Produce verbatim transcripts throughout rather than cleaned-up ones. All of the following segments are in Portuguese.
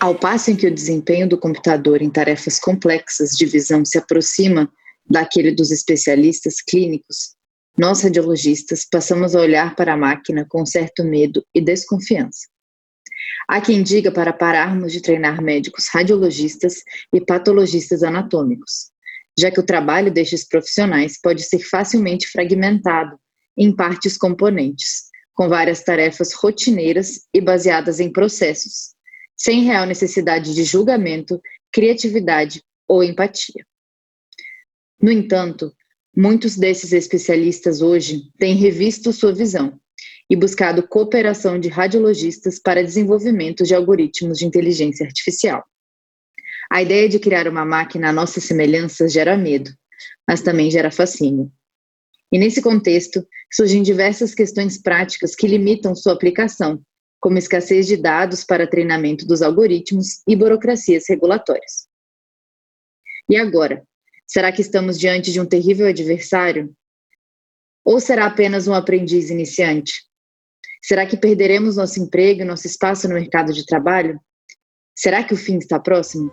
Ao passo em que o desempenho do computador em tarefas complexas de visão se aproxima daquele dos especialistas clínicos, nós radiologistas passamos a olhar para a máquina com certo medo e desconfiança. Há quem diga para pararmos de treinar médicos radiologistas e patologistas anatômicos, já que o trabalho destes profissionais pode ser facilmente fragmentado em partes componentes, com várias tarefas rotineiras e baseadas em processos, sem real necessidade de julgamento, criatividade ou empatia. No entanto, muitos desses especialistas hoje têm revisto sua visão e buscado cooperação de radiologistas para desenvolvimento de algoritmos de inteligência artificial. A ideia de criar uma máquina à nossa semelhança gera medo, mas também gera fascínio. E nesse contexto, surgem diversas questões práticas que limitam sua aplicação, como escassez de dados para treinamento dos algoritmos e burocracias regulatórias. E agora? Será que estamos diante de um terrível adversário? Ou será apenas um aprendiz iniciante? Será que perderemos nosso emprego e nosso espaço no mercado de trabalho? Será que o fim está próximo?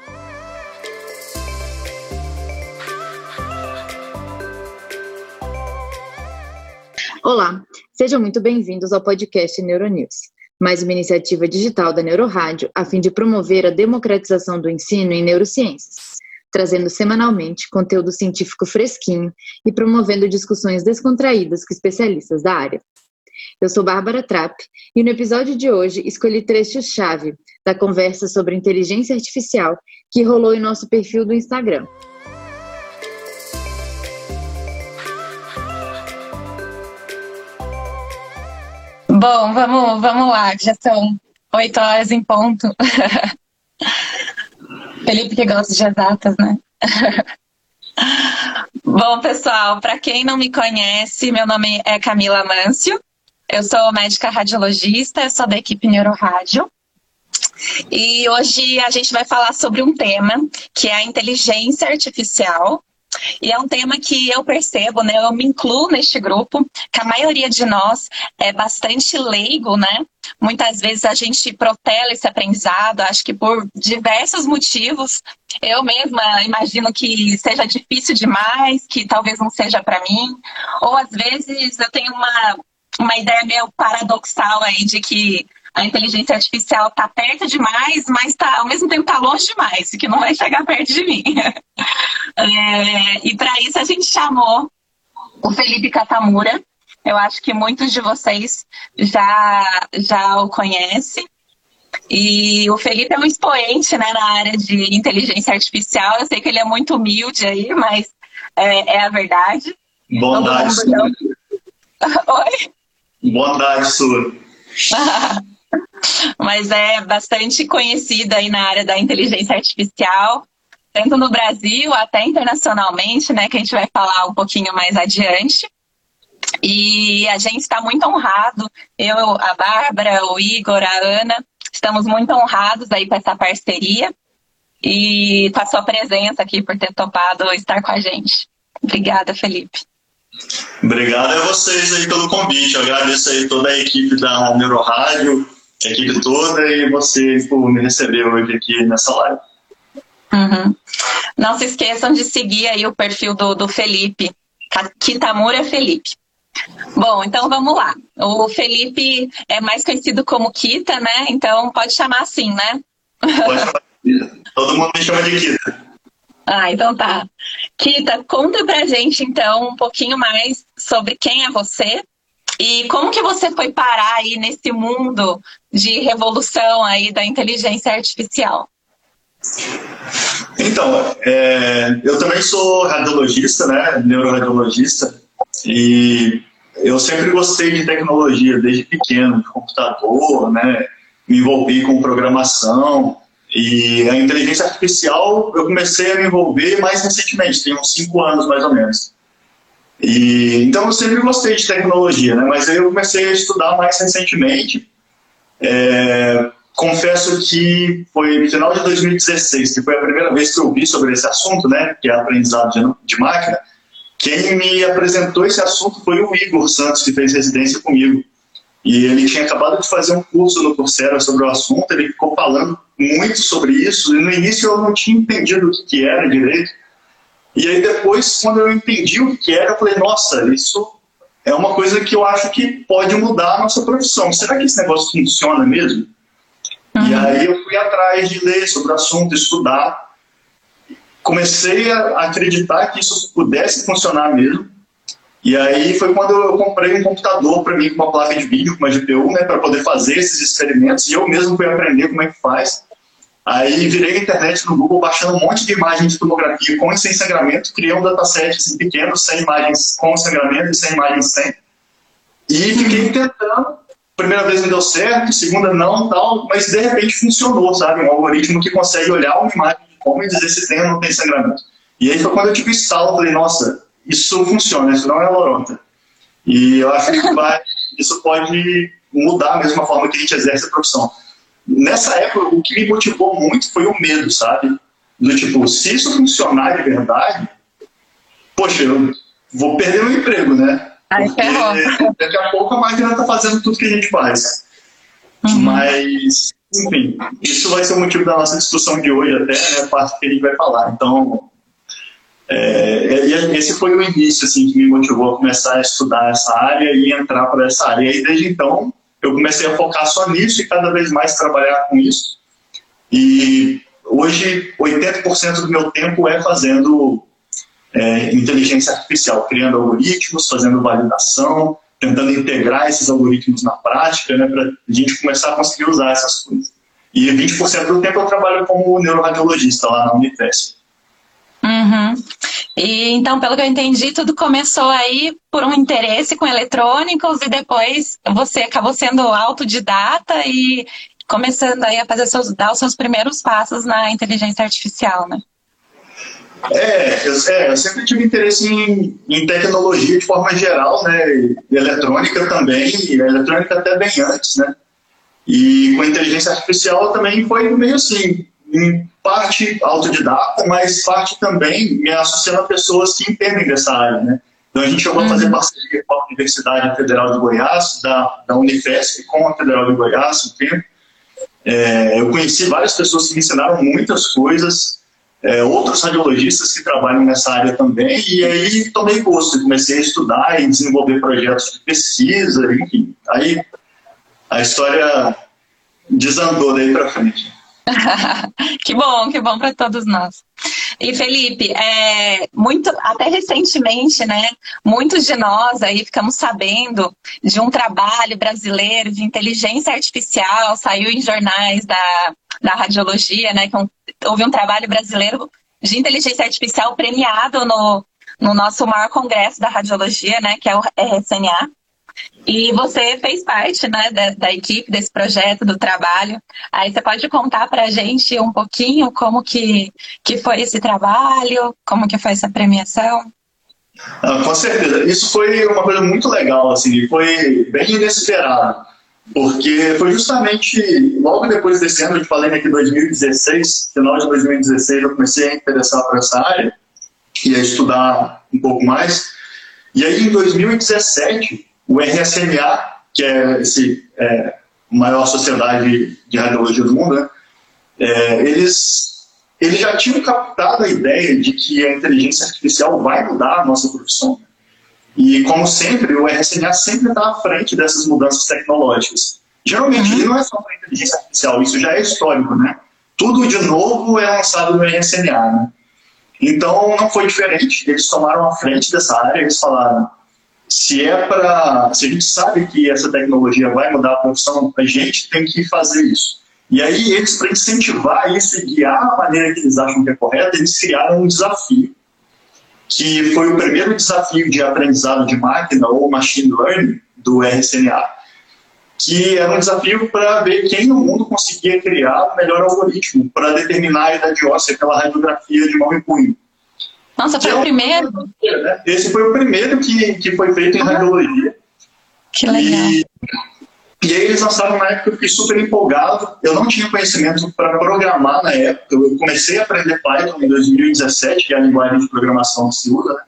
Olá, sejam muito bem-vindos ao podcast Neuronews, mais uma iniciativa digital da Neurorádio a fim de promover a democratização do ensino em neurociências, trazendo semanalmente conteúdo científico fresquinho e promovendo discussões descontraídas com especialistas da área. Eu sou Bárbara Trapp e no episódio de hoje escolhi trechos-chave da conversa sobre inteligência artificial que rolou em nosso perfil do Instagram. Bom, vamos, vamos lá, já são oito horas em ponto. Felipe que gosta de exatas, né? Bom, pessoal, para quem não me conhece, meu nome é Camila Mâncio. Eu sou médica radiologista, eu sou da equipe Neurorádio. E hoje a gente vai falar sobre um tema que é a inteligência artificial. E é um tema que eu percebo, né? Eu me incluo neste grupo, que a maioria de nós é bastante leigo, né? Muitas vezes a gente protela esse aprendizado, acho que por diversos motivos. Eu mesma imagino que seja difícil demais, que talvez não seja para mim. Ou às vezes eu tenho uma, uma ideia meio paradoxal aí de que a inteligência artificial está perto demais, mas tá, ao mesmo tempo está longe demais, que não vai chegar perto de mim. É, e para isso a gente chamou o Felipe Katamura. Eu acho que muitos de vocês já, já o conhecem. E o Felipe é um expoente, né, na área de inteligência artificial. Eu sei que ele é muito humilde aí, mas é, é a verdade. Bondade sua. Oi? Bondade sua. Mas é bastante conhecida aí na área da inteligência artificial, tanto no Brasil até internacionalmente, né, que a gente vai falar um pouquinho mais adiante. E a gente está muito honrado, eu, a Bárbara, o Igor, a Ana, estamos muito honrados aí com essa parceria e com a sua presença aqui por ter topado estar com a gente. Obrigada, Felipe. Obrigado a vocês aí pelo convite. Eu agradeço aí toda a equipe da Neurorádio, a equipe toda, e vocês por me receber hoje aqui nessa live. Uhum. Não se esqueçam de seguir aí o perfil do, do Felipe, Kitamura Felipe. Bom, então vamos lá. O Felipe é mais conhecido como Kita, né? Então pode chamar assim, né? Pode chamar de Kita. Todo mundo me chama de Kita. Ah, então tá. Kita, conta pra gente então um pouquinho mais sobre quem é você e como que você foi parar aí nesse mundo de revolução aí da inteligência artificial. Então, é, eu também sou radiologista, né, neuroradiologista, e eu sempre gostei de tecnologia desde pequeno, de computador, né, me envolvi com programação. E a inteligência artificial eu comecei a me envolver mais recentemente, tem uns cinco anos mais ou menos. E, então eu sempre gostei de tecnologia, né? Mas aí eu comecei a estudar mais recentemente. É, confesso que foi no final de dois mil e dezesseis, que foi a primeira vez que eu ouvi sobre esse assunto, né? Que é aprendizado de, de máquina. Quem me apresentou esse assunto foi o Igor Santos, que fez residência comigo. E ele tinha acabado de fazer um curso no Coursera sobre o assunto, ele ficou falando muito sobre isso, e no início eu não tinha entendido o que, que era direito. E aí depois, quando eu entendi o que era, eu falei, nossa, isso é uma coisa que eu acho que pode mudar a nossa profissão. Será que esse negócio funciona mesmo? Uhum. E aí eu fui atrás de ler sobre o assunto, estudar. Comecei a acreditar que isso pudesse funcionar mesmo. E aí foi quando eu comprei um computador para mim, com uma placa de vídeo, com uma G P U, né, para poder fazer esses experimentos. E eu mesmo fui aprender como é que faz. Aí virei a internet no Google, baixando um monte de imagens de tomografia com e sem sangramento, criei um dataset assim, pequeno, sem imagens com sangramento e sem imagens sem. E fiquei tentando. Primeira vez não deu certo, segunda não, tal, mas de repente funcionou, sabe? Um algoritmo que consegue olhar uma imagem de como e dizer se tem ou não tem sangramento. E aí foi quando eu tive estalo, falei, nossa, isso funciona, isso não é lorota. E eu acho que vai, isso pode mudar mesmo a forma que a gente exerce a profissão. Nessa época, o que me motivou muito foi o medo, sabe? Do tipo, se isso funcionar de verdade, poxa, eu vou perder meu emprego, né? Ai, Porque daqui a pouco a máquina está fazendo tudo que a gente faz. Uhum. Mas, enfim, isso vai ser o motivo da nossa discussão de hoje até, né? A parte que a gente vai falar. Então, é, esse foi o início, assim, que me motivou a começar a estudar essa área e entrar para essa área. E aí, desde então, eu comecei a focar só nisso e cada vez mais trabalhar com isso. E hoje, oitenta por cento do meu tempo é fazendo é, inteligência artificial, criando algoritmos, fazendo validação, tentando integrar esses algoritmos na prática, né, para a gente começar a conseguir usar essas coisas. E vinte por cento do tempo eu trabalho como neuroradiologista lá na Unifesp. Uhum. E então, pelo que eu entendi, tudo começou aí por um interesse com eletrônicos e depois você acabou sendo autodidata e começando aí a fazer seus, dar os seus primeiros passos na inteligência artificial, né? É, eu, é, eu sempre tive interesse em, em tecnologia de forma geral, né? E eletrônica também, e a eletrônica até bem antes, né? E com a inteligência artificial também foi meio assim, em parte autodidata, mas parte também me associando a pessoas que entendem dessa área, né? Então a gente chegou a fazer parceria com a Universidade Federal de Goiás, da, da Unifesp, com a Federal de Goiás, um tempo. É, eu conheci várias pessoas que me ensinaram muitas coisas, é, outros radiologistas que trabalham nessa área também, e aí tomei gosto, comecei a estudar e desenvolver projetos de pesquisa, enfim. Aí a história desandou daí para frente. Que bom, que bom para todos nós. E Felipe, é, muito, até recentemente, né, muitos de nós aí ficamos sabendo de um trabalho brasileiro de inteligência artificial, saiu em jornais da, da radiologia, né, que um, houve um trabalho brasileiro de inteligência artificial premiado no, no nosso maior congresso da radiologia, né, que é o R S N A. E você fez parte, né, da, da equipe, desse projeto, do trabalho. Aí você pode contar para a gente um pouquinho como que, que foi esse trabalho, como que foi essa premiação? Ah, com certeza. Isso foi uma coisa muito legal, assim, foi bem inesperado. Porque foi justamente logo depois desse ano, eu te falei aqui em dois mil e dezesseis, final de dois mil e dezesseis, eu comecei a interessar por essa área e a estudar um pouco mais. E aí, em dois mil e dezessete, o R S N A, que é esse é, maior sociedade de radiologia do mundo, né, é, eles, eles já tinham captado a ideia de que a inteligência artificial vai mudar a nossa profissão. E, como sempre, o R S N A sempre está à frente dessas mudanças tecnológicas. Geralmente, uhum. não é só para a inteligência artificial, isso já é histórico, né? Tudo de novo é lançado no R S N A, né? Então, não foi diferente. Eles tomaram a frente dessa área, eles falaram, se é para, se a gente sabe que essa tecnologia vai mudar a profissão, a gente tem que fazer isso. E aí eles, para incentivar isso e guiar a maneira que eles acham que é correta, eles criaram um desafio, que foi o primeiro desafio de aprendizado de máquina ou machine learning do R S N A, que era um desafio para ver quem no mundo conseguia criar o melhor algoritmo para determinar a idade óssea, aquela radiografia de mão e punho. Nossa, foi o primeiro? Esse foi o primeiro que, que foi feito em ah, radiologia. Que legal. E, e aí eles lançaram na época, eu fiquei super empolgado. Eu não tinha conhecimento para programar na época. Eu comecei a aprender Python em dois mil e dezessete, que é a linguagem de programação que se usa. Né?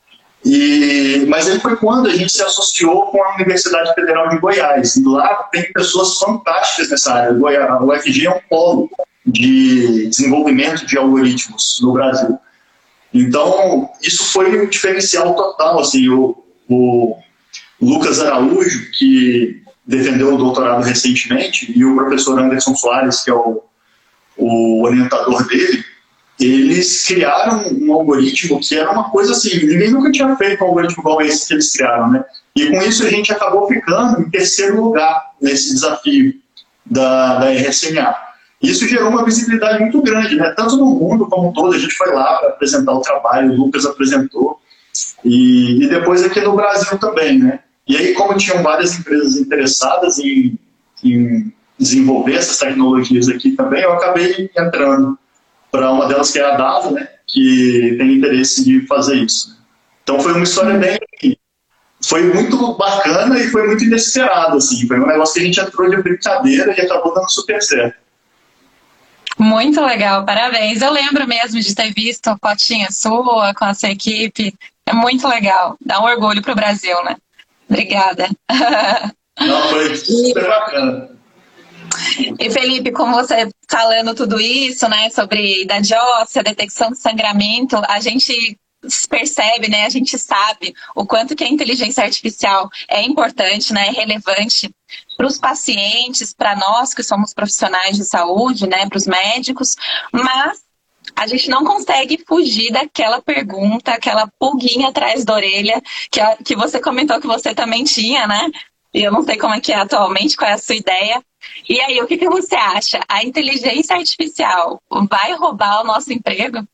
E, mas aí foi quando a gente se associou com a Universidade Federal de Goiás. E lá tem pessoas fantásticas nessa área. O F G é um polo de desenvolvimento de algoritmos no Brasil. Então, isso foi um diferencial total. Assim, o, o Lucas Araújo, que defendeu o doutorado recentemente, e o professor Anderson Soares, que é o, o orientador dele, eles criaram um algoritmo que era uma coisa assim, ninguém nunca tinha feito um algoritmo igual esse que eles criaram, né? E com isso a gente acabou ficando em terceiro lugar nesse desafio da, da R S N A. Isso gerou uma visibilidade muito grande, né? Tanto no mundo como um todo. A gente foi lá para apresentar o trabalho, o Lucas apresentou, e, e depois aqui no Brasil também, né? E aí, como tinham várias empresas interessadas em, em desenvolver essas tecnologias aqui também, eu acabei entrando para uma delas, que é a Dava, né? Que tem interesse de fazer isso. Então foi uma história bem... Foi muito bacana e foi muito inesperado, assim. Foi um negócio que a gente entrou de brincadeira e acabou dando super certo. Muito legal, parabéns. Eu lembro mesmo de ter visto a fotinha sua com a sua equipe. É muito legal. Dá um orgulho para o Brasil, né? Obrigada. Não, foi super bacana. E Felipe, como você falando tudo isso, né, sobre idade óssea, detecção de sangramento, a gente percebe, né, a gente sabe o quanto que a inteligência artificial é importante, né, é relevante para os pacientes, para nós que somos profissionais de saúde, né, para os médicos, mas a gente não consegue fugir daquela pergunta, aquela pulguinha atrás da orelha que, a, que você comentou que você também tinha, né? E eu não sei como é que é atualmente, qual é a sua ideia. E aí, o que, que você acha? A inteligência artificial vai roubar o nosso emprego?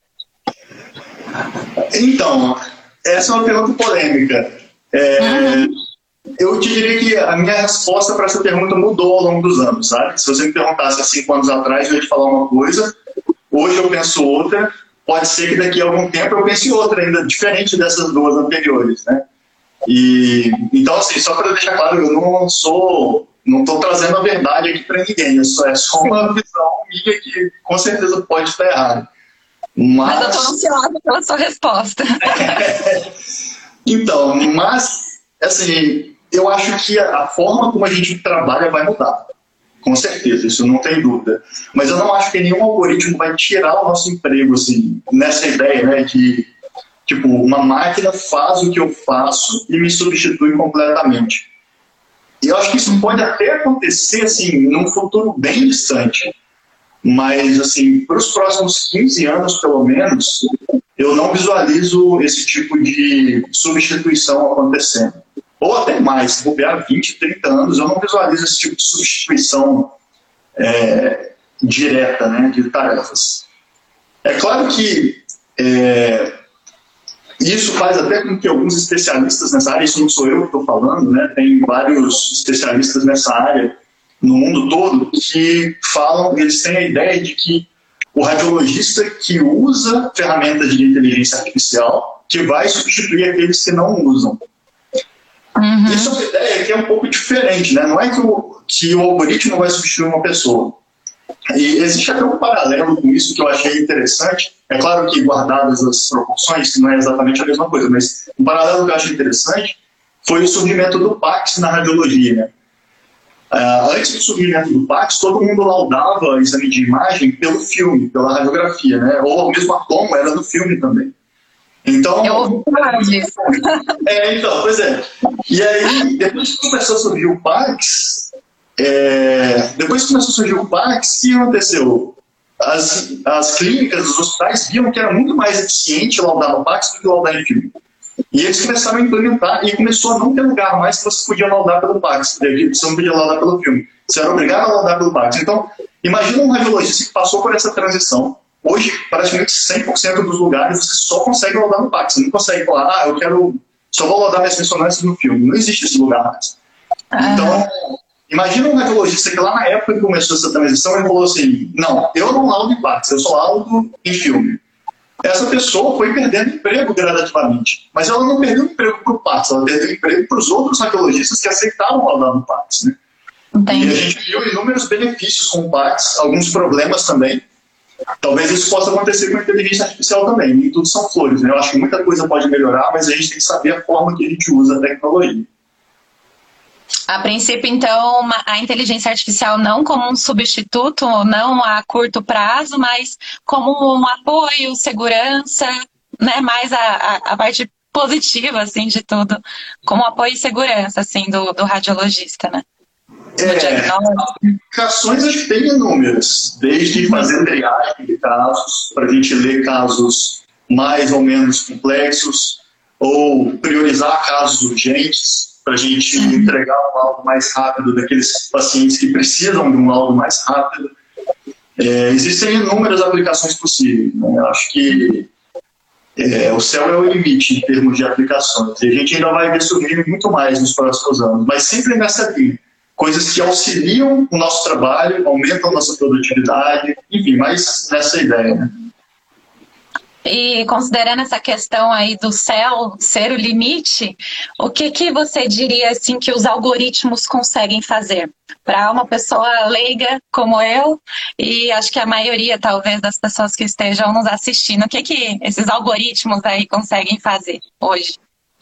Então, essa é uma pergunta polêmica. É, uhum. Eu te diria que a minha resposta para essa pergunta mudou ao longo dos anos, sabe? Se você me perguntasse há cinco anos atrás, eu ia te falar uma coisa, hoje eu penso outra, pode ser que daqui a algum tempo eu pense outra ainda, diferente dessas duas anteriores, né? E, então, assim, só para deixar claro, eu não sou, não estou trazendo a verdade aqui para ninguém, isso é só uma visão minha que com certeza pode estar errada. Mas, mas eu estou ansiosa pela sua resposta. Então, mas, assim, eu acho que a forma como a gente trabalha vai mudar. Com certeza, isso não tem dúvida. Mas eu não acho que nenhum algoritmo vai tirar o nosso emprego, assim, nessa ideia, né, de, tipo, uma máquina faz o que eu faço e me substitui completamente. E eu acho que isso pode até acontecer, assim, num futuro bem distante. Mas, assim, para os próximos quinze anos, pelo menos, eu não visualizo esse tipo de substituição acontecendo. Ou até mais, se bobear vinte, trinta anos, eu não visualizo esse tipo de substituição é, direta, né, de tarefas. É claro que é, isso faz até com que alguns especialistas nessa área, isso não sou eu que estou falando, né, tem vários especialistas nessa área no mundo todo que falam, eles têm a ideia de que o radiologista que usa ferramentas de inteligência artificial que vai substituir aqueles que não usam. Uhum. Isso é uma ideia que é um pouco diferente, né? Não é que o, que o algoritmo vai substituir uma pessoa. E existe até um paralelo com isso que eu achei interessante. É claro que, guardadas as proporções, que não é exatamente a mesma coisa, mas um paralelo que eu achei interessante foi o surgimento do Pax na radiologia, né? Uh, antes do surgimento do Pax, todo mundo laudava o exame de imagem pelo filme, pela radiografia, né? Ou mesmo a tomo era no filme também. Então, eu ouvi falar disso. É, então, pois é. E aí, depois que começou a surgir o Pax, é, depois que começou a surgir o Pax, o que aconteceu? As, as clínicas, os hospitais viam que era muito mais eficiente laudar no Pax do que laudar em filme. E eles começaram a implementar, e começou a não ter lugar mais que você podia laudar pelo Pax, você não podia laudar pelo filme, você era obrigado a laudar pelo Pax. Então, imagina um radiologista que passou por essa transição. Hoje, praticamente cem por cento dos lugares você só consegue laudar no Pax, você não consegue falar, ah, eu quero, só vou laudar minhas ressonâncias no filme. Não existe esse lugar mais. Ah. Então, imagina um radiologista que lá na época que começou essa transição, ele falou assim, não, eu não laudo em Pax, eu só laudo em filme. Essa pessoa foi perdendo emprego gradativamente. Mas ela não perdeu emprego para o Pax, ela perdeu emprego para os outros radiologistas que aceitaram laudar no Pax, né? Entendi. E a gente viu inúmeros benefícios com o Pax, alguns problemas também. Talvez isso possa acontecer com a inteligência artificial também. Nem tudo são flores, né? Eu acho que muita coisa pode melhorar, mas a gente tem que saber a forma que a gente usa a tecnologia. A princípio, então, uma- a inteligência artificial não como um substituto, não a curto prazo, mas como um apoio, segurança, né? Mais a, a, a parte positiva, assim, de tudo, como apoio e segurança, assim, do, do radiologista, né? No É, diagnóstico. aplicações acho que tem inúmeras, desde fazer triagem de casos, para a gente ler casos mais ou menos complexos, ou priorizar casos urgentes, para a gente entregar um laudo mais rápido daqueles pacientes que precisam de um laudo mais rápido. É, existem inúmeras aplicações possíveis, né? Eu acho que é, o céu é o limite em termos de aplicações, e a gente ainda vai ver surgir muito mais nos próximos anos, mas sempre nessa linha. Coisas que auxiliam o nosso trabalho, aumentam a nossa produtividade, enfim, mais nessa ideia, né? E considerando essa questão aí do céu ser o limite, o que que você diria assim que os algoritmos conseguem fazer para uma pessoa leiga como eu e acho que a maioria talvez das pessoas que estejam nos assistindo, o que que esses algoritmos aí conseguem fazer hoje?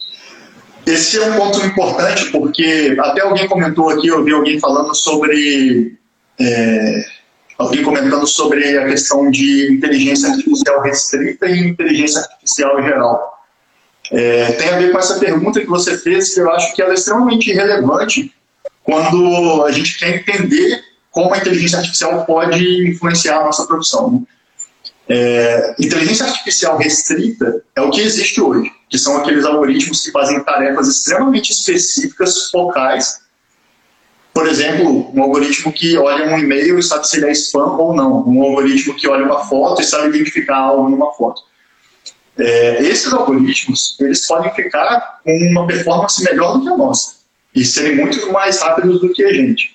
Esse é um ponto importante porque até alguém comentou aqui, eu vi alguém falando sobre é, alguém comentando sobre a questão de inteligência artificial restrita e inteligência artificial geral. É, tem a ver com essa pergunta que você fez, que eu acho que ela é extremamente relevante quando a gente quer entender como a inteligência artificial pode influenciar a nossa profissão, né? É, inteligência artificial restrita é o que existe hoje, que são aqueles algoritmos que fazem tarefas extremamente específicas, focais. Por exemplo, um algoritmo que olha um e-mail e sabe se ele é spam ou não. Um algoritmo que olha uma foto e sabe identificar algo numa foto. É, esses algoritmos, eles podem ficar com uma performance melhor do que a nossa e serem muito mais rápidos do que a gente.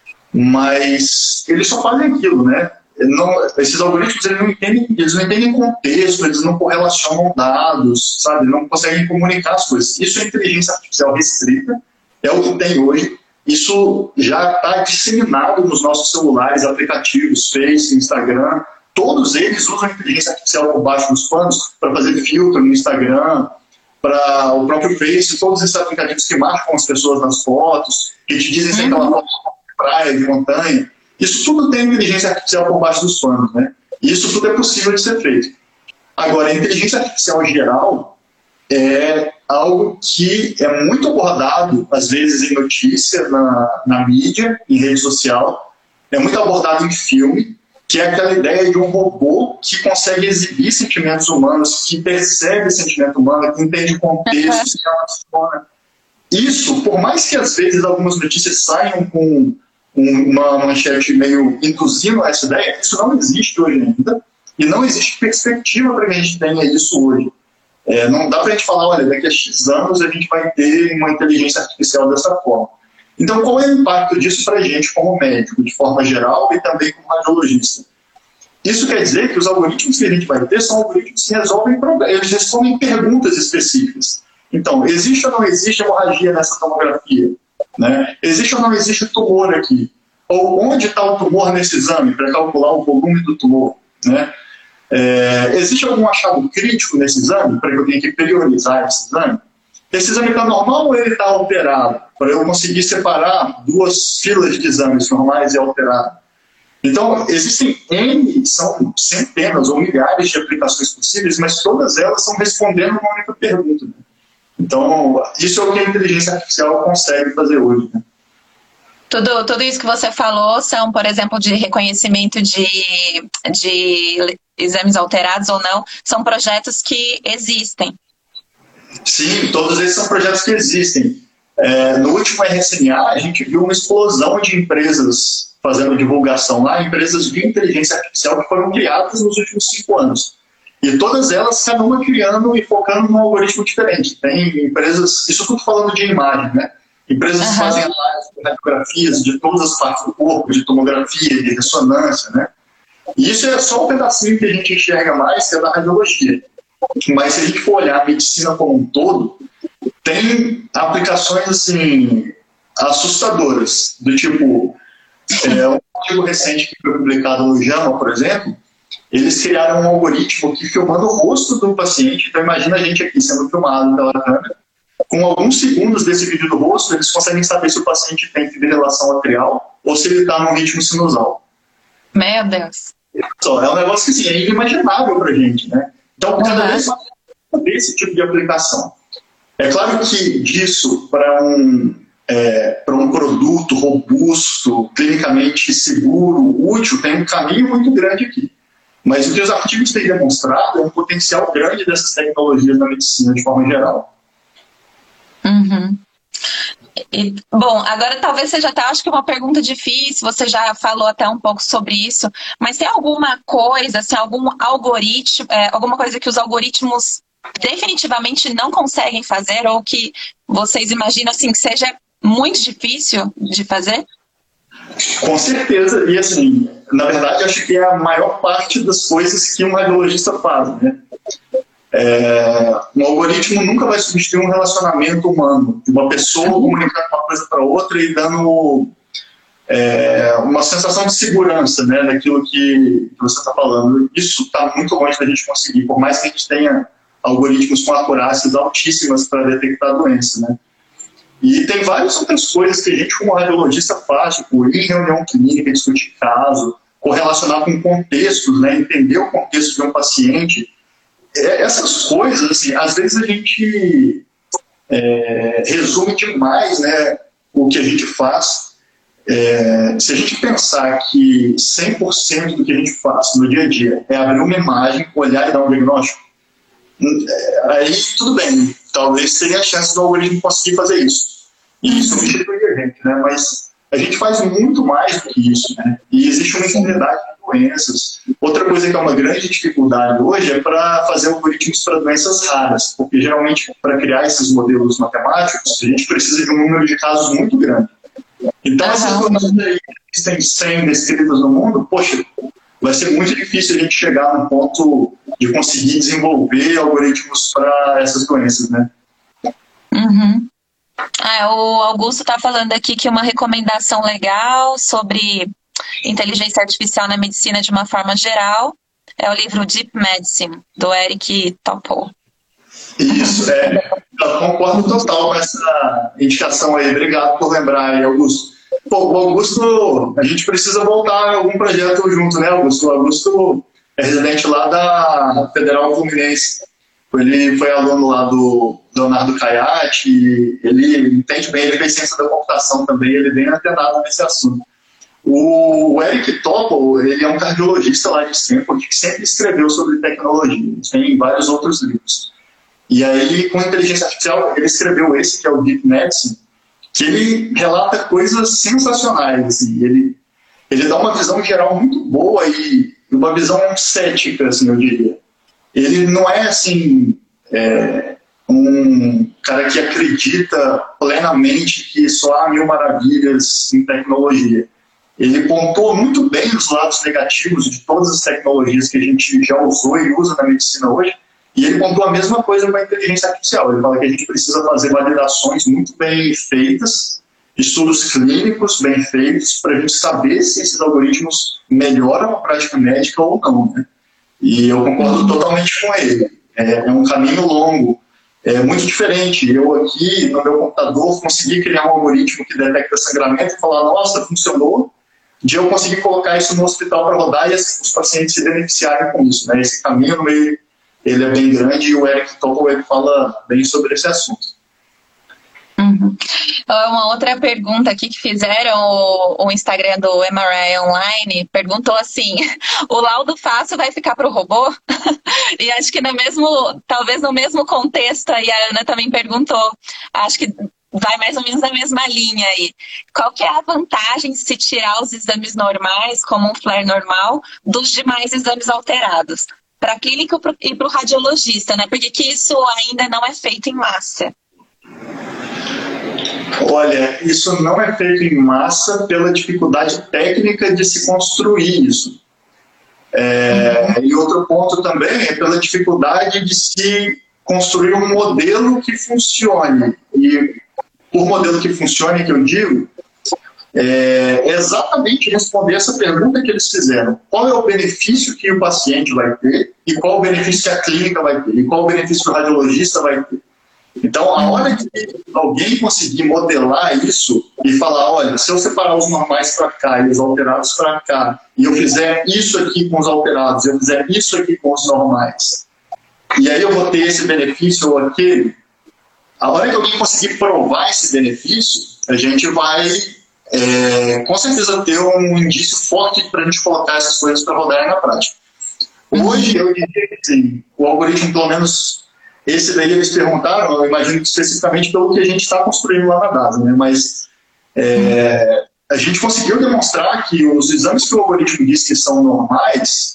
Mas eles só fazem aquilo, né? Não, esses algoritmos eles não, entendem, eles não entendem contexto, eles não correlacionam dados, sabe? Não conseguem comunicar as coisas. Isso é inteligência artificial restrita, é o que tem hoje. Isso já está disseminado nos nossos celulares, aplicativos, Face, Instagram. Todos eles usam inteligência artificial por baixo dos panos para fazer filtro no Instagram, para o próprio Face, todos esses aplicativos que marcam as pessoas nas fotos, que te dizem se aquela foto de praia, de montanha. Isso tudo tem inteligência artificial por baixo dos panos, né? E isso tudo é possível de ser feito. Agora, a inteligência artificial geral é algo que é muito abordado, às vezes, em notícia, na, na mídia, em rede social, é muito abordado em filme, que é aquela ideia de um robô que consegue exibir sentimentos humanos, que percebe sentimento humano, que entende contexto, se relaciona. Isso, por mais que, às vezes, algumas notícias saiam com uma manchete meio induzindo essa ideia, isso não existe hoje ainda, e não existe perspectiva para que a gente tenha isso hoje. É, não dá para a gente falar, olha, daqui a X anos a gente vai ter uma inteligência artificial dessa forma. Então, qual é o impacto disso para a gente como médico, de forma geral, e também como radiologista? Isso quer dizer que os algoritmos que a gente vai ter são algoritmos que resolvem problemas, eles respondem perguntas específicas. Então, existe ou não existe hemorragia nessa tomografia? Né? Existe ou não existe tumor aqui? Ou onde está o tumor nesse exame, para calcular o volume do tumor? Né? É, existe algum achado crítico nesse exame, para que eu tenha que priorizar esse exame? Esse exame está normal ou ele está alterado? Para eu conseguir separar duas filas de exames normais e alterados. Então, existem N, são centenas ou milhares de aplicações possíveis, mas todas elas estão respondendo uma única pergunta. Né? Então, isso é o que a inteligência artificial consegue fazer hoje. Né? Tudo, tudo isso que você falou são, por exemplo, de reconhecimento de, de exames alterados ou não, são projetos que existem. Sim, todos esses são projetos que existem. É, no último R S N A, a gente viu uma explosão de empresas fazendo divulgação lá, empresas de inteligência artificial que foram criadas nos últimos cinco anos. E todas elas, cada uma criando e focando num algoritmo diferente. Tem empresas, isso tudo falando de imagem, né? Empresas que fazem análise de radiografias de todas as partes do corpo, de tomografia, de ressonância, né? E isso é só um pedacinho que a gente enxerga mais, que é da radiologia. Mas se a gente for olhar a medicina como um todo, tem aplicações, assim, assustadoras, do tipo, é, um artigo recente que foi publicado no JAMA, por exemplo, eles criaram um algoritmo que, filmando o rosto do paciente, então imagina a gente aqui sendo filmado pela câmera, com alguns segundos desse vídeo do rosto, eles conseguem saber se o paciente tem fibrilação atrial ou se ele está num ritmo sinusal. Meu Deus. Então, é um negócio que assim, é inimaginável para a gente, né? Então, cada vez mais desse tipo de aplicação. É claro que disso, para um, é, para um produto robusto, clinicamente seguro, útil, tem um caminho muito grande aqui. Mas o que os artigos têm demonstrado é um potencial grande dessas tecnologias na medicina, de forma geral. Uhum. E, bom, agora talvez seja até, acho que uma pergunta difícil, você já falou até um pouco sobre isso, mas tem alguma coisa, assim, algum algoritmo, é, alguma coisa que os algoritmos definitivamente não conseguem fazer ou que vocês imaginam assim, que seja muito difícil de fazer? Com certeza, e assim, na verdade acho que é a maior parte das coisas que um radiologista faz, né? É, um algoritmo nunca vai substituir um relacionamento humano, de uma pessoa comunicando uma coisa para outra e dando é, uma sensação de segurança, né, daquilo que, que você está falando. Isso está muito longe da gente conseguir, por mais que a gente tenha algoritmos com acurácias altíssimas para detectar a doença, né? E tem várias outras coisas que a gente, como radiologista, faz, tipo, ir em reunião clínica, discutir caso, correlacionar com contextos, né, entender o contexto de um paciente. Essas coisas, assim, às vezes a gente é, resume demais, né, o que a gente faz. É, se a gente pensar que cem por cento do que a gente faz no dia a dia é abrir uma imagem, olhar e dar um diagnóstico, aí tudo bem, talvez seria a chance do algoritmo conseguir fazer isso. E isso substitui a gente, né? Mas a gente faz muito mais do que isso, né? E existe uma infinidade de doenças. Outra coisa que é uma grande dificuldade hoje é para fazer algoritmos para doenças raras, porque geralmente para criar esses modelos matemáticos a gente precisa de um número de casos muito grande. Então uhum. essas doenças aí que tem cem descritas no mundo, poxa, vai ser muito difícil a gente chegar no ponto de conseguir desenvolver algoritmos para essas doenças, né? Uhum. Ah, o Augusto está falando aqui que uma recomendação legal sobre inteligência artificial na medicina de uma forma geral é o livro Deep Medicine, do Eric Topol. Isso, é, eu concordo total com essa indicação aí. Obrigado por lembrar aí, Augusto. Pô, o Augusto, a gente precisa voltar a algum projeto junto, né, Augusto? O Augusto é residente lá da Federal Fluminense. Ele foi aluno lá do Leonardo Caiati, ele entende bem, ele fez ciência da computação também, ele é bem antenado nesse assunto. O Eric Topol, ele é um cardiologista lá de Stanford que sempre escreveu sobre tecnologia, tem vários outros livros. E aí, com inteligência artificial, ele escreveu esse, que é o Deep Medicine, que ele relata coisas sensacionais, assim, ele, ele dá uma visão geral muito boa e uma visão cética, assim, eu diria. Ele não é, assim, é, um cara que acredita plenamente que só há mil maravilhas em tecnologia. Ele pontua muito bem os lados negativos de todas as tecnologias que a gente já usou e usa na medicina hoje, e ele pontua a mesma coisa com a inteligência artificial. Ele fala que a gente precisa fazer validações muito bem feitas, estudos clínicos bem feitos, para a gente saber se esses algoritmos melhoram a prática médica ou não, né? E eu concordo totalmente com ele. É, é um caminho longo, é muito diferente. Eu aqui, no meu computador, consegui criar um algoritmo que detecta sangramento e falar, nossa, funcionou, de eu conseguir colocar isso no hospital para rodar e os pacientes se beneficiarem com isso, né? Esse caminho no meio, ele é bem grande e o Eric Topol, ele fala bem sobre esse assunto. Uhum. Uma outra pergunta aqui que fizeram, o, o Instagram do M R I Online perguntou assim, o laudo fácil vai ficar para o robô? E acho que no mesmo, talvez no mesmo contexto aí a Ana também perguntou, acho que vai mais ou menos na mesma linha aí. Qual que é a vantagem de se tirar os exames normais, como um flare normal, dos demais exames alterados? Para a clínica e para o radiologista, né? Porque que isso ainda não é feito em massa. Olha, isso não é feito em massa pela dificuldade técnica de se construir isso. É, e outro ponto também é pela dificuldade de se construir um modelo que funcione. E por modelo que funcione, que eu digo, é exatamente responder essa pergunta que eles fizeram. Qual é o benefício que o paciente vai ter e qual o benefício que a clínica vai ter e qual o benefício que o radiologista vai ter. Então, a hora que alguém conseguir modelar isso e falar, olha, se eu separar os normais para cá e os alterados para cá, e eu fizer isso aqui com os alterados, eu fizer isso aqui com os normais, e aí eu vou ter esse benefício ou aquele, a hora que alguém conseguir provar esse benefício, a gente vai, é, com certeza, ter um indício forte para a gente colocar essas coisas para rodarem na prática. Hoje, eu diria que sim, o algoritmo, pelo menos... Esse daí eles perguntaram, eu imagino que especificamente pelo que a gente está construindo lá na DASA, né? Mas é, a gente conseguiu demonstrar que os exames que o algoritmo diz que são normais,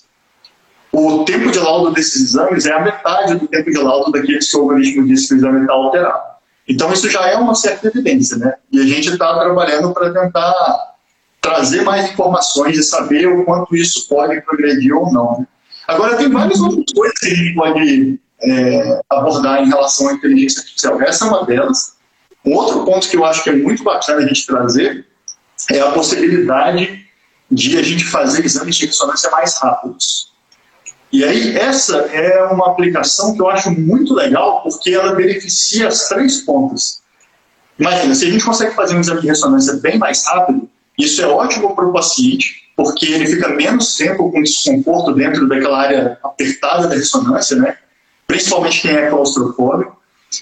o tempo de laudo desses exames é a metade do tempo de laudo daqueles que o algoritmo diz que o exame está alterado. Então isso já é uma certa evidência, né? E a gente está trabalhando para tentar trazer mais informações e saber o quanto isso pode progredir ou não, né? Agora tem várias outras coisas que a gente pode... É, abordar em relação à inteligência artificial. Essa é uma delas. Um outro ponto que eu acho que é muito bacana a gente trazer é a possibilidade de a gente fazer exames de ressonância mais rápidos. E aí, essa é uma aplicação que eu acho muito legal, porque ela beneficia as três pontas. Imagina, se a gente consegue fazer um exame de ressonância bem mais rápido, isso é ótimo para o paciente, porque ele fica menos tempo com desconforto dentro daquela área apertada da ressonância, né? Principalmente quem é claustrofóbico.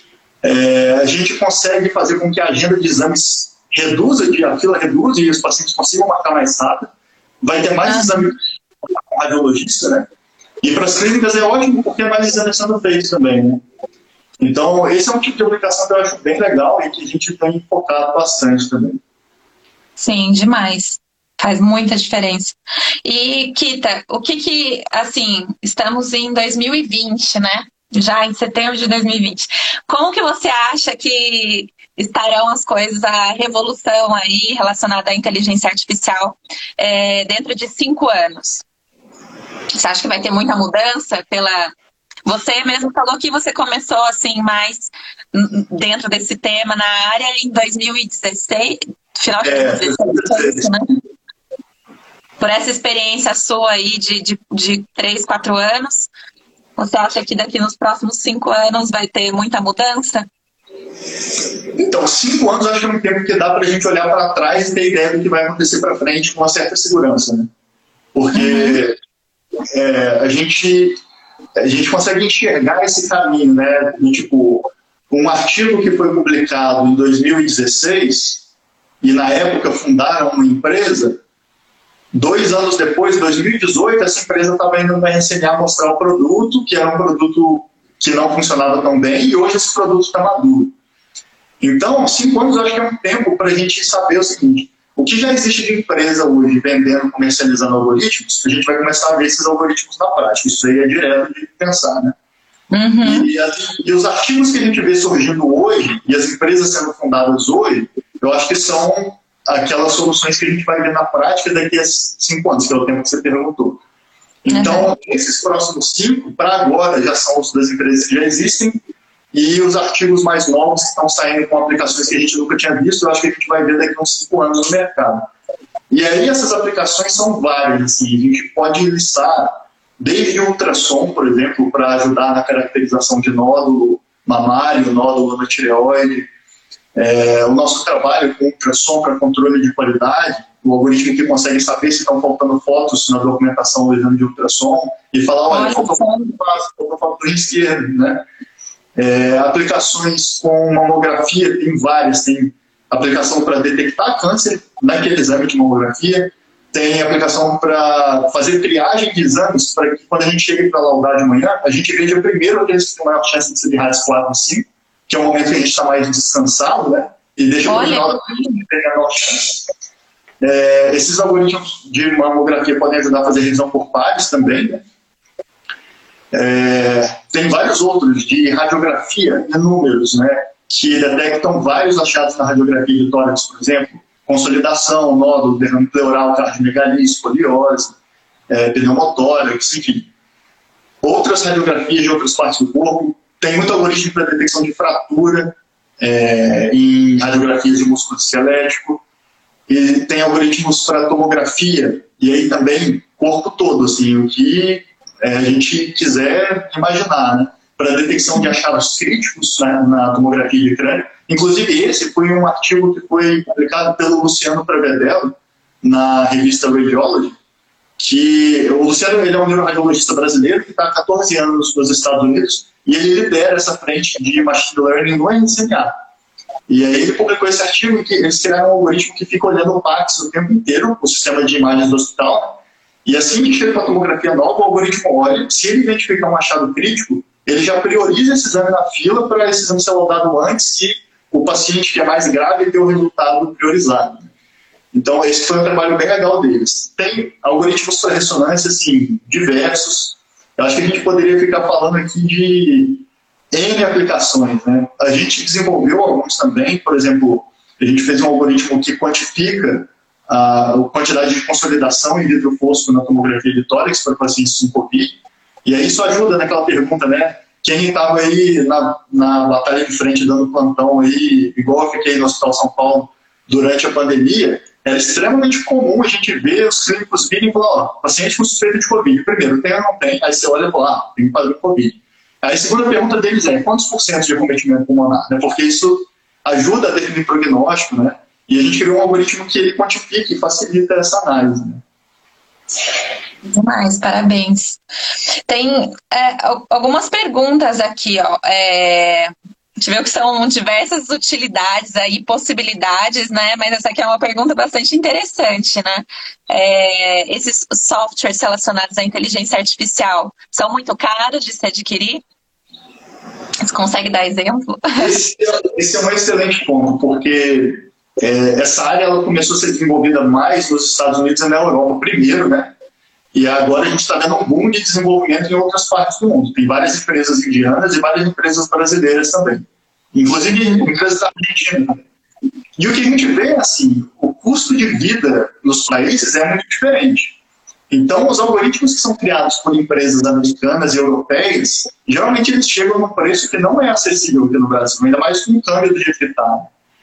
É, a gente consegue fazer com que a agenda de exames reduza, que a fila reduza e os pacientes consigam marcar mais rápido. Vai ter mais exames com radiologista, né? E para as clínicas é ótimo porque mais exames sendo feitos também, né? Então, esse é um tipo de aplicação que eu acho bem legal e que a gente tem focado bastante também. Sim, demais. Faz muita diferença. E, Kita, o que que, assim, estamos em dois mil e vinte, né? Já em setembro de dois mil e vinte. Como que você acha que estarão as coisas, a revolução aí relacionada à inteligência artificial é, dentro de cinco anos? Você acha que vai ter muita mudança pela... Você mesmo falou que você começou assim mais dentro desse tema na área em dois mil e dezesseis, final de é, dois mil e dezesseis, né? Por essa experiência sua aí de, de, de três, quatro anos, você acha que daqui nos próximos cinco anos vai ter muita mudança? Então, cinco anos acho que é um tempo que dá para a gente olhar para trás e ter ideia do que vai acontecer para frente com uma certa segurança, né? Porque uhum. é, a, gente, a gente consegue enxergar esse caminho, né? E, tipo, um artigo que foi publicado em dois mil e dezesseis e na época fundaram uma empresa. Dois anos depois, em dois mil e dezoito, essa empresa estava indo na R C N A mostrar o produto, que era um produto que não funcionava tão bem, e hoje esse produto está maduro. Então, cinco anos eu acho que é um tempo para a gente saber o seguinte: o que já existe de empresa hoje vendendo, comercializando algoritmos, a gente vai começar a ver esses algoritmos na prática. Isso aí é direto de pensar, né? Uhum. E, as, e os artigos que a gente vê surgindo hoje, e as empresas sendo fundadas hoje, eu acho que são aquelas soluções que a gente vai ver na prática daqui a cinco anos, que é o tempo que você perguntou. Então, uhum. esses próximos cinco, para agora, já são os das empresas que já existem, e os artigos mais novos que estão saindo com aplicações que a gente nunca tinha visto, eu acho que a gente vai ver daqui a uns cinco anos no mercado. E aí essas aplicações são várias, assim, a gente pode listar desde ultrassom, por exemplo, para ajudar na caracterização de nódulo mamário, nódulo na tireoide. É, o nosso trabalho com ultrassom para controle de qualidade, o algoritmo que consegue saber se estão faltando fotos na documentação do exame de ultrassom e falar, olha, faltou foto do braço, faltou foto do rim esquerdo, né? É, aplicações com mamografia, tem várias, tem aplicação para detectar câncer naquele exame de mamografia, tem aplicação para fazer triagem de exames, para que quando a gente chegue para laudar de manhã, a gente veja primeiro aqueles que têm maior chance de ser de RAS quatro e cinco, que é o momento que a gente está mais descansado, né? E deixa o final da gente ter a maior chance. É, esses algoritmos de mamografia podem ajudar a fazer revisão por pares também, né? É, tem vários outros de radiografia, inúmeros, né? Que detectam vários achados na radiografia de tórax, por exemplo, consolidação, nódulo, derrame pleural, cardiomegalia, escoliose, é, pneumotórax, enfim. Outras radiografias de outras partes do corpo. Tem muito algoritmo para detecção de fratura é, em radiografias de músculo esquelético. E tem algoritmos para tomografia, e aí também corpo todo, assim, o que é, a gente quiser imaginar, né? para detecção de achados críticos, né, na tomografia de crânio. Inclusive, esse foi um artigo que foi publicado pelo Luciano Prevedelo na revista Radiology, que o Luciano ele é um neuroradiologista brasileiro que está há quatorze anos nos Estados Unidos e ele lidera essa frente de machine learning no N C N A. E aí ele publicou esse artigo em que eles criaram um algoritmo que fica olhando o Pax o tempo inteiro, o sistema de imagens do hospital, e assim que chega para a tomografia nova, o algoritmo olha, se ele identificar um achado crítico, ele já prioriza esse exame na fila para esse exame ser rodado antes se o paciente que é mais grave ter o resultado priorizado. Então, esse foi um trabalho bem legal deles. Tem algoritmos para ressonância, assim, diversos. Eu acho que a gente poderia ficar falando aqui de N aplicações, né? A gente desenvolveu alguns também, por exemplo, a gente fez um algoritmo que quantifica a quantidade de consolidação em vidro fosco na tomografia de tórax para pacientes com Covid. E aí isso ajuda naquela pergunta, né? Quem estava aí na, na batalha de frente dando plantão aí, igual eu fiquei no Hospital São Paulo durante a pandemia, era extremamente comum a gente ver os clínicos virem e falar, ó, paciente com suspeita de Covid. Primeiro, tem ou não tem? Aí você olha e fala, ah, tem padrão de Covid. Aí a segunda pergunta deles é, quantos por cento de acometimento pulmonar? Né? Porque isso ajuda a definir prognóstico, né? E a gente criou um algoritmo que ele quantifica e facilita essa análise, né? Demais, parabéns. Tem é, algumas perguntas aqui, ó. É, a gente viu que são diversas utilidades aí, possibilidades, né? Mas essa aqui é uma pergunta bastante interessante, né? É, esses softwares relacionados à inteligência artificial são muito caros de se adquirir? Você consegue dar exemplo? Esse é, esse é um excelente ponto, porque é, essa área ela começou a ser desenvolvida mais nos Estados Unidos e na Europa primeiro, né? E agora a gente está vendo um boom de desenvolvimento em outras partes do mundo. Tem várias empresas indianas e várias empresas brasileiras também. Inclusive empresas argentinas. E o que a gente vê é assim, o custo de vida nos países é muito diferente. Então, os algoritmos que são criados por empresas americanas e europeias, geralmente eles chegam num preço que não é acessível aqui no Brasil, ainda mais com o câmbio do jeito que está.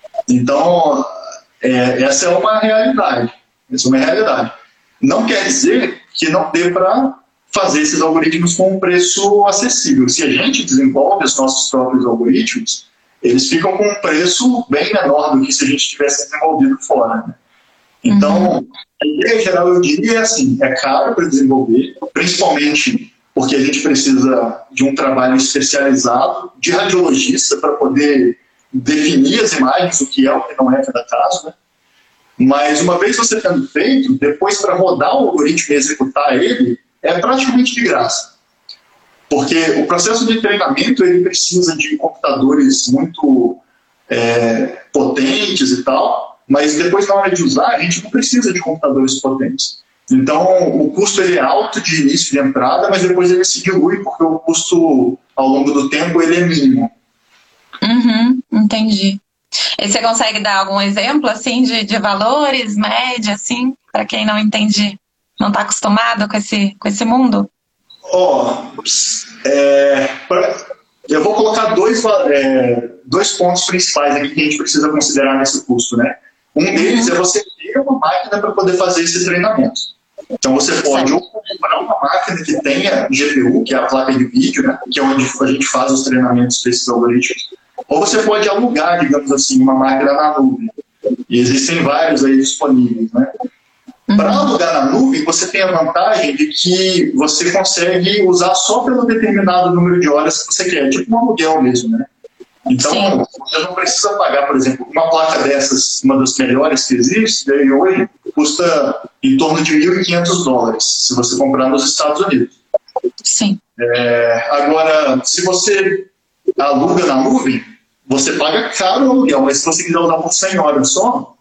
Então, é, essa é uma realidade. Essa é uma realidade. Não quer dizer que não dê para fazer esses algoritmos com um preço acessível. Se a gente desenvolve os nossos próprios algoritmos, eles ficam com um preço bem menor do que se a gente tivesse desenvolvido fora. Né? Então, uhum. A ideia geral, eu diria, é assim, é caro para desenvolver, principalmente porque a gente precisa de um trabalho especializado de radiologista para poder definir as imagens, o que é o que não é cada caso, né? Mas uma vez você tendo feito, depois para rodar o algoritmo e executar ele, é praticamente de graça. Porque o processo de treinamento ele precisa de computadores muito é, potentes e tal, mas depois na hora de usar, a gente não precisa de computadores potentes. Então o custo ele é alto de início de entrada, mas depois ele se dilui porque o custo ao longo do tempo ele é mínimo. Uhum, entendi. E você consegue dar algum exemplo, assim, de, de valores, média, assim, para quem não entende, não está acostumado com esse, com esse mundo? Ó, oh, é, eu vou colocar dois, é, dois pontos principais aqui que a gente precisa considerar nesse custo, né? Um deles é você ter uma máquina para poder fazer esse treinamento. Então você pode ou comprar uma máquina que tenha G P U, que é a placa de vídeo, né? Que é onde a gente faz os treinamentos desses algoritmos. Ou você pode alugar, digamos assim, uma máquina na nuvem. E existem vários aí disponíveis, né? Uhum. Para alugar na nuvem, você tem a vantagem de que você consegue usar só pelo determinado número de horas que você quer, tipo um aluguel mesmo, né? Então, sim, você não precisa pagar, por exemplo, uma placa dessas, uma das melhores que existe, daí hoje custa em torno de mil e quinhentos dólares, se você comprar nos Estados Unidos. Sim. É, agora, se você aluga na nuvem, você paga caro o aluguel, mas se você quiser usar por cem horas só,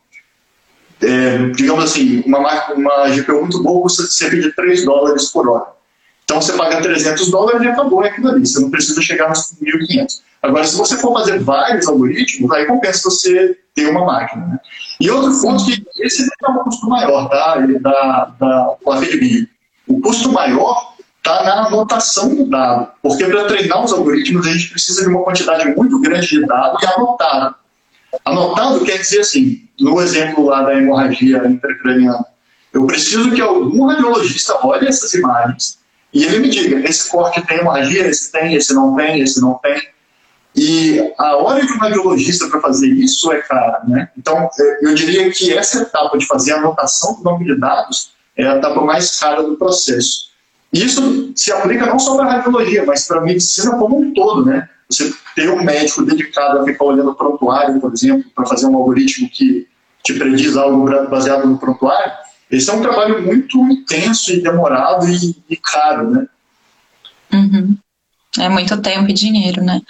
é, digamos assim, uma, uma G P U muito boa custa cerca de três dólares por hora. Então você paga trezentos dólares e acabou aquilo ali, você não precisa chegar nos mil e quinhentos. Agora, se você for fazer vários algoritmos, aí compensa você ter uma máquina. Né? E outro ponto que esse é um custo maior, tá? da, da placa de vídeo. O custo maior está na anotação do dado, porque para treinar os algoritmos a gente precisa de uma quantidade muito grande de dados e anotado. Anotado quer dizer assim, no exemplo lá da hemorragia intracraniana, eu preciso que algum radiologista olhe essas imagens e ele me diga, esse corte tem hemorragia, esse tem, esse não tem, esse não tem. E a hora de um radiologista para fazer isso é cara, né? Então, eu diria que essa etapa de fazer a anotação do banco de dados é a etapa mais cara do processo. E isso se aplica não só para a radiologia, mas para a medicina como um todo, né? Você ter um médico dedicado a ficar olhando o prontuário, por exemplo, para fazer um algoritmo que te prediz algo baseado no prontuário, esse é um trabalho muito intenso e demorado e, e caro, né? Uhum. É muito tempo e dinheiro, né?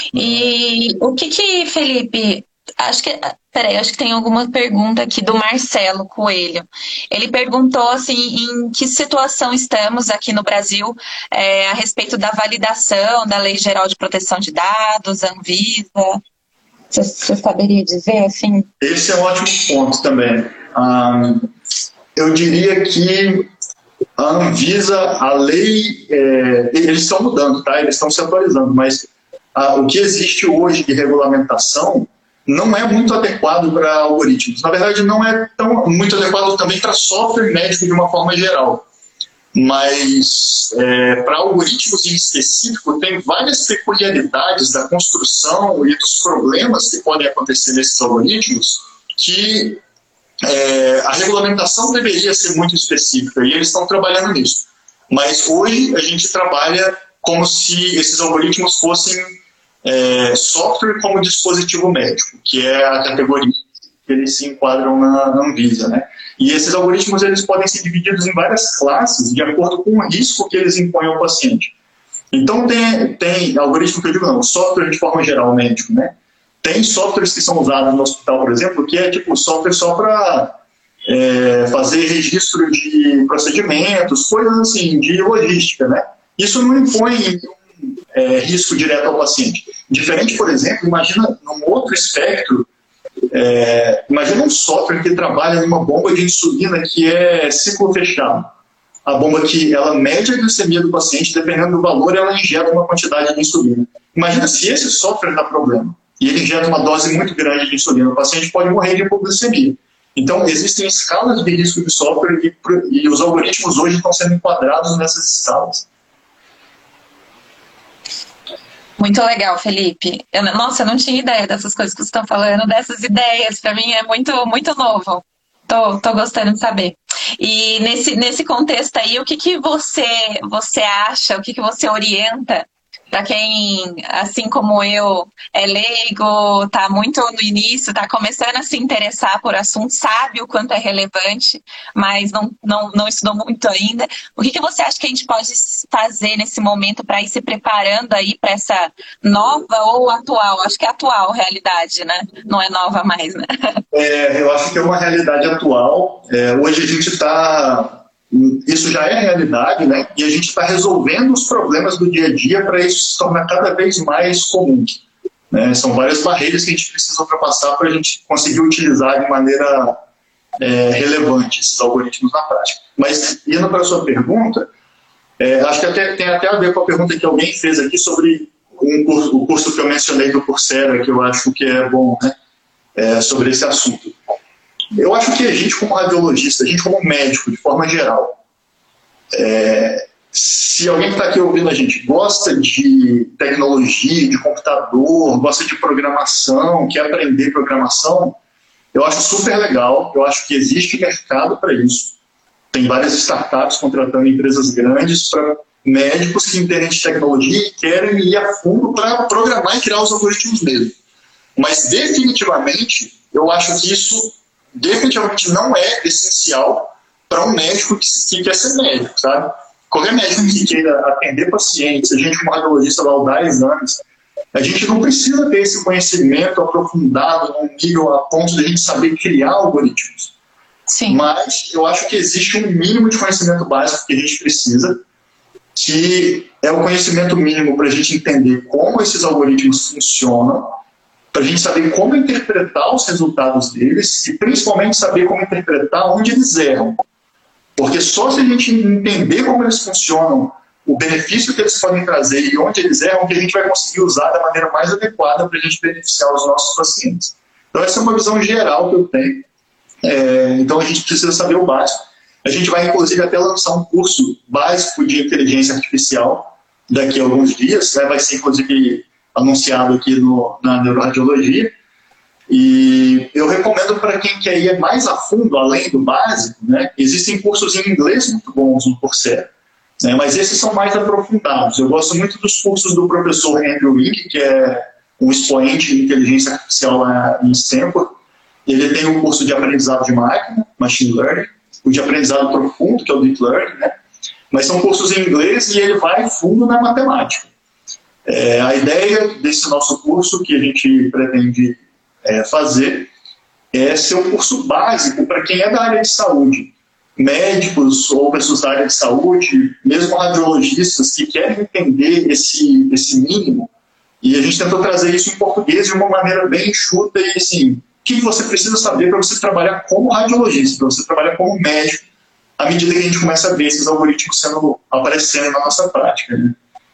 E o que que, Felipe, acho que, peraí, acho que tem alguma pergunta aqui do Marcelo Coelho. Ele perguntou, assim, em que situação estamos aqui no Brasil é, a respeito da validação da Lei Geral de Proteção de Dados, Anvisa. Você, você saberia dizer, assim? Esse é um ótimo ponto também. Um, eu diria que a Anvisa, a lei, é, eles estão mudando, tá? Eles estão se atualizando, mas a, o que existe hoje de regulamentação não é muito adequado para algoritmos. Na verdade, não é tão, muito adequado também para software médico de uma forma geral. Mas é, para algoritmos em específico, tem várias peculiaridades da construção e dos problemas que podem acontecer nesses algoritmos que é, a regulamentação deveria ser muito específica, e eles estão trabalhando nisso. Mas hoje a gente trabalha como se esses algoritmos fossem é, software como dispositivo médico, que é a categoria que eles se enquadram na Anvisa, né? E esses algoritmos eles podem ser divididos em várias classes de acordo com o risco que eles impõem ao paciente. Então tem, tem algoritmo que eu digo não, software de forma geral médico, né? Tem softwares que são usados no hospital, por exemplo, que é tipo software só para é, fazer registro de procedimentos, coisas assim, de logística, né? Isso não impõe é, risco direto ao paciente. Diferente, por exemplo, imagina num outro espectro, é, imagina um software que trabalha numa bomba de insulina que é ciclo fechado. A bomba que ela mede a glicemia do paciente, dependendo do valor, ela injeta uma quantidade de insulina. Imagina se esse software dá problema e ele injeta uma dose muito grande de insulina, o paciente pode morrer de hipoglicemia. Então, existem escalas de risco de software e, e os algoritmos hoje estão sendo enquadrados nessas escalas. Muito legal, Felipe. Eu, nossa, eu não tinha ideia dessas coisas que você está falando, dessas ideias. Para mim é muito, muito novo. Tô, tô gostando de saber. E nesse, nesse contexto aí, o que, que você, você acha, o que, que você orienta para quem, assim como eu, é leigo, está muito no início, está começando a se interessar por assunto, sabe o quanto é relevante, mas não, não, não estudou muito ainda. O que, que você acha que a gente pode fazer nesse momento para ir se preparando aí para essa nova ou atual? Acho que é atual realidade, né? Não é nova mais, né? É, eu acho que é uma realidade atual. É, hoje a gente está... Isso já é realidade, né? E a gente está resolvendo os problemas do dia a dia para isso se tornar cada vez mais comum, né? São várias barreiras que a gente precisa ultrapassar para a gente conseguir utilizar de maneira é, relevante esses algoritmos na prática. Mas, indo para a sua pergunta, é, acho que até, tem até a ver com a pergunta que alguém fez aqui sobre um curso, o curso que eu mencionei do Coursera, que eu acho que é bom, né? É, sobre esse assunto. Eu acho que a gente, como radiologista, a gente como médico, de forma geral, é, se alguém que está aqui ouvindo a gente gosta de tecnologia, de computador, gosta de programação, quer aprender programação, eu acho super legal, eu acho que existe mercado para isso. Tem várias startups contratando empresas grandes para médicos que entendem de tecnologia e querem ir a fundo para programar e criar os algoritmos mesmo. Mas, definitivamente, eu acho que isso definitivamente não é essencial para um médico que, que quer ser médico, sabe? Qualquer médico que queira atender pacientes, a gente como radiologista vai dar exames, a gente não precisa ter esse conhecimento aprofundado num nível a ponto de a gente saber criar algoritmos. Sim. Mas eu acho que existe um mínimo de conhecimento básico que a gente precisa, que é o conhecimento mínimo para a gente entender como esses algoritmos funcionam, para a gente saber como interpretar os resultados deles e principalmente saber como interpretar onde eles erram. Porque só se a gente entender como eles funcionam, o benefício que eles podem trazer e onde eles erram, que a gente vai conseguir usar da maneira mais adequada para a gente beneficiar os nossos pacientes. Então essa é uma visão geral que eu tenho. É, então a gente precisa saber o básico. A gente vai, inclusive, até lançar um curso básico de inteligência artificial daqui a alguns dias, né? Vai ser, inclusive, anunciado aqui no, na neuroradiologia. E eu recomendo para quem quer ir mais a fundo, além do básico, né? Existem cursos em inglês muito bons no Coursera, né? Mas esses são mais aprofundados. Eu gosto muito dos cursos do professor Andrew Ng, que é um expoente de inteligência artificial lá em Stanford. Ele tem um curso de aprendizado de máquina, Machine Learning, o de aprendizado profundo, que é o Deep Learning, né? Mas são cursos em inglês e ele vai fundo na matemática. É, a ideia desse nosso curso, que a gente pretende é, fazer, é ser um curso básico para quem é da área de saúde. Médicos ou pessoas da área de saúde, mesmo radiologistas que querem entender esse, esse mínimo. E a gente tentou trazer isso em português de uma maneira bem enxuta e assim, o que você precisa saber para você trabalhar como radiologista, para você trabalhar como médico, à medida que a gente começa a ver esses algoritmos sendo, aparecendo na nossa prática, né?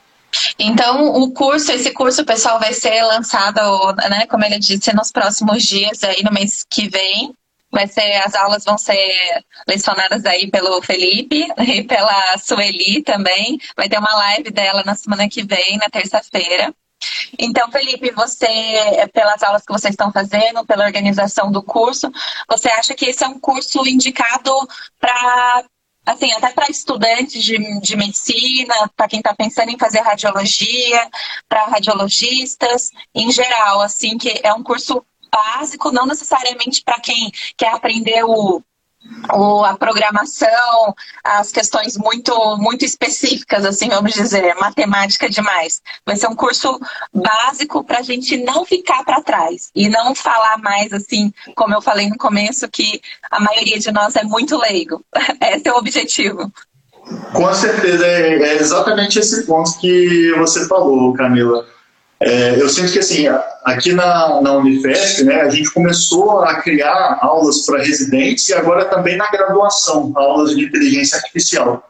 Então, o curso, esse curso, pessoal, vai ser lançado, né, como ele disse, nos próximos dias, aí no mês que vem. Vai ser, as aulas vão ser lecionadas aí pelo Felipe e pela Sueli também. Vai ter uma live dela na semana que vem, na terça-feira. Então, Felipe, você, pelas aulas que vocês estão fazendo, pela organização do curso, você acha que esse é um curso indicado para, assim, até para estudantes de, de medicina, para quem está pensando em fazer radiologia, para radiologistas, em geral, assim, que é um curso básico, não necessariamente para quem quer aprender o ou a programação, as questões muito, muito específicas, assim, vamos dizer, matemática demais. Vai ser um curso básico para a gente não ficar para trás e não falar mais, assim, como eu falei no começo, que a maioria de nós é muito leigo. Esse é o objetivo. Com certeza, é, é exatamente esse ponto que você falou, Camila. É, eu sinto que, assim, aqui na, na Unifesp, né, a gente começou a criar aulas para residentes e agora também na graduação, aulas de inteligência artificial.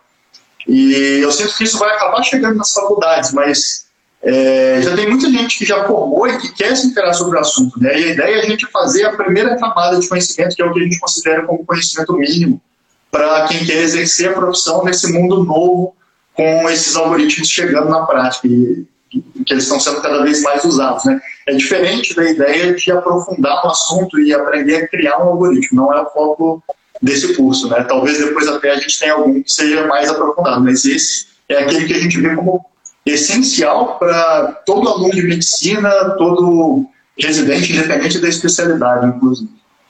E eu sinto que isso vai acabar chegando nas faculdades, mas é, já tem muita gente que já formou e que quer se interar sobre o assunto, né? E a ideia é a gente fazer a primeira camada de conhecimento, que é o que a gente considera como conhecimento mínimo, para quem quer exercer a profissão nesse mundo novo, com esses algoritmos chegando na prática. E, que eles estão sendo cada vez mais usados, né? É diferente da ideia de aprofundar no assunto e aprender a criar um algoritmo, não é o foco desse curso, né? Talvez depois até a gente tenha algum que seja mais aprofundado, mas esse é aquele que a gente vê como essencial para todo aluno de medicina, todo residente, independente da especialidade, inclusive.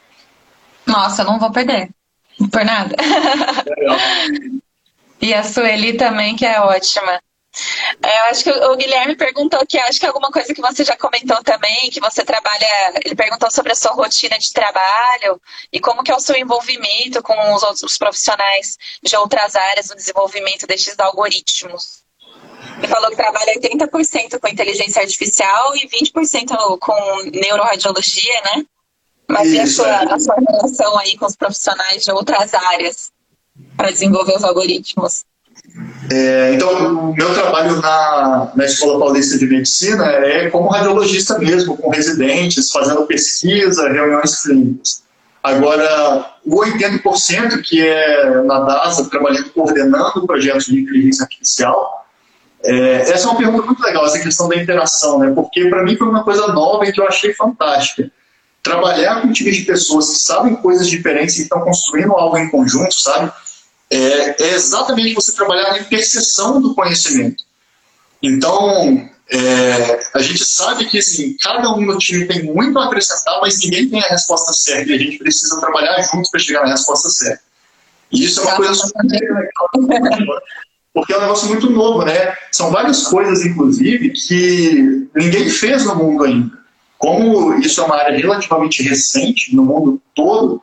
Nossa, eu não vou perder, por nada. Legal. E a Sueli também, que é ótima. Eu acho que o Guilherme perguntou que acho que é alguma coisa que você já comentou também, que você trabalha, ele perguntou sobre a sua rotina de trabalho e como que é o seu envolvimento com os outros profissionais de outras áreas no desenvolvimento destes algoritmos. Ele falou que trabalha oitenta por cento com inteligência artificial e vinte por cento com neuroradiologia, né? Mas Isso, e a sua, é. a sua relação aí com os profissionais de outras áreas para desenvolver os algoritmos? É, então, o meu trabalho na, na Escola Paulista de Medicina é como radiologista mesmo, com residentes, fazendo pesquisa, reuniões clínicas. Agora, o oitenta por cento que é na DASA, trabalhando, coordenando projetos de inteligência artificial, é, essa é uma pergunta muito legal, essa questão da interação, né? Porque para mim foi uma coisa nova e que eu achei fantástica. Trabalhar com times de pessoas que sabem coisas diferentes e estão construindo algo em conjunto, sabe? É, é exatamente você trabalhar na interseção do conhecimento. Então, é, a gente sabe que assim, cada um no time tem muito a acrescentar, mas ninguém tem a resposta certa e a gente precisa trabalhar juntos para chegar na resposta certa. E isso é uma coisa super legal, porque é um negócio muito novo, né? São várias coisas, inclusive, que ninguém fez no mundo ainda. Como isso é uma área relativamente recente no mundo todo,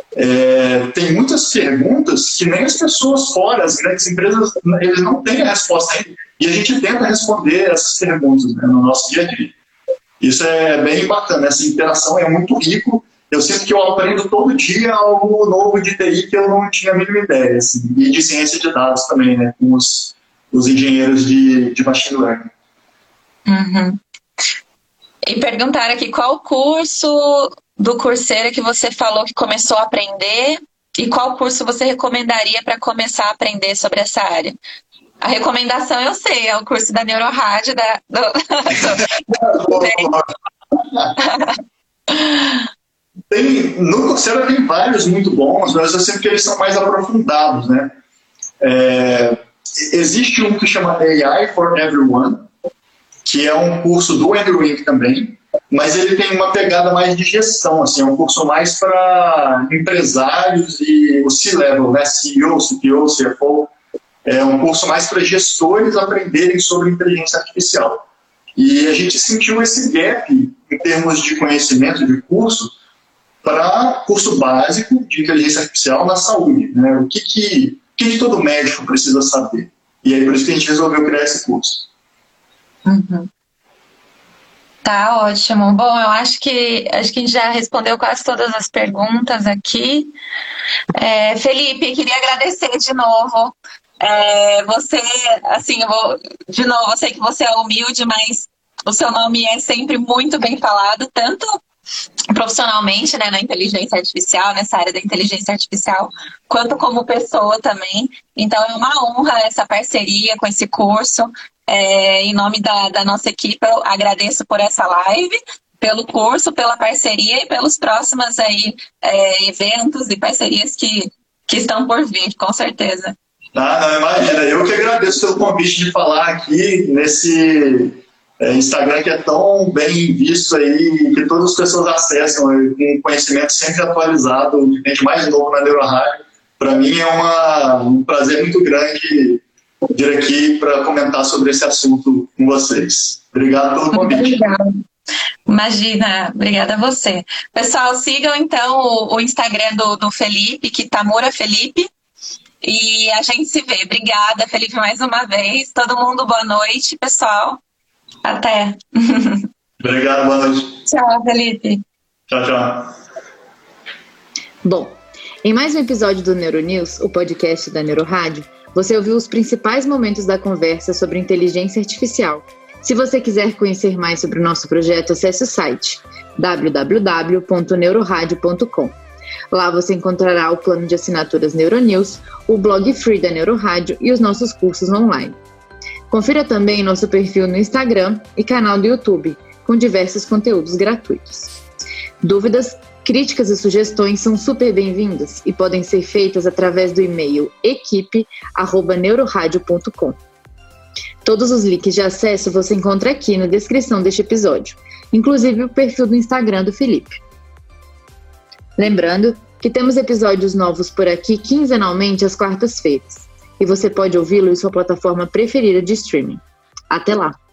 É, tem muitas perguntas que nem as pessoas fora, as grandes empresas, eles não têm a resposta ainda. E a gente tenta responder essas perguntas, né, no nosso dia a dia. Isso é bem bacana, essa interação é muito rico. Eu sinto que eu aprendo todo dia algo novo de T I que eu não tinha a mínima ideia. Assim, e de ciência de dados também, né, com os, os engenheiros de, de machine learning. Uhum. E perguntaram aqui qual curso do Coursera que você falou que começou a aprender e qual curso você recomendaria para começar a aprender sobre essa área? A recomendação eu sei, é o curso da Neurorádio, da, do, do, tem, no Coursera tem vários muito bons, mas eu sei que eles são mais aprofundados, né? É, existe um que chama A I for Everyone, que é um curso do Andrew Ng também, mas ele tem uma pegada mais de gestão, assim, é um curso mais para empresários e o C-Level, né? C E O, C T O, C F O. É um curso mais para gestores aprenderem sobre inteligência artificial. E a gente sentiu esse gap em termos de conhecimento de curso para curso básico de inteligência artificial na saúde, né? O que que, o que que todo médico precisa saber? E aí por isso que a gente resolveu criar esse curso. Uhum. Tá ótimo. Bom, eu acho que, acho que a gente já respondeu quase todas as perguntas aqui. É, Felipe, queria agradecer de novo. É, você, assim, eu vou, de novo, eu sei que você é humilde, mas o seu nome é sempre muito bem falado, tanto profissionalmente, né, na inteligência artificial, nessa área da inteligência artificial, quanto como pessoa também. Então é uma honra essa parceria com esse curso. É, em nome da, da nossa equipe, eu agradeço por essa live, pelo curso, pela parceria e pelos próximos aí, é, eventos e parcerias que, que estão por vir, com certeza. Ah, não, imagina, eu que agradeço pelo convite de falar aqui nesse é, Instagram que é tão bem visto aí, que todas as pessoas acessam, com conhecimento sempre atualizado, que tem de mais novo na Neurorádio. Para mim é uma, um prazer muito grande vir aqui para comentar sobre esse assunto com vocês. Obrigado pelo convite. Obrigada. Imagina, obrigada a você. Pessoal, sigam então o, o Instagram do, do Felipe, Kitamura Felipe, e a gente se vê. Obrigada, Felipe, mais uma vez. Todo mundo, boa noite, pessoal. Até. Obrigado, boa noite. Tchau, Felipe. Tchau, tchau. Bom, em mais um episódio do Neuronews, o podcast da Neurorádio, você ouviu os principais momentos da conversa sobre inteligência artificial. Se você quiser conhecer mais sobre o nosso projeto, acesse o site w w w ponto neuroradio ponto com. Lá você encontrará o plano de assinaturas Neuronews, o blog free da Neurorádio e os nossos cursos online. Confira também nosso perfil no Instagram e canal do YouTube, com diversos conteúdos gratuitos. Dúvidas, críticas e sugestões são super bem-vindas e podem ser feitas através do e-mail equipe arroba neuroradio ponto com. Todos os links de acesso você encontra aqui na descrição deste episódio, inclusive o perfil do Instagram do Felipe. Lembrando que temos episódios novos por aqui quinzenalmente às quartas-feiras, e você pode ouvi-lo em sua plataforma preferida de streaming. Até lá!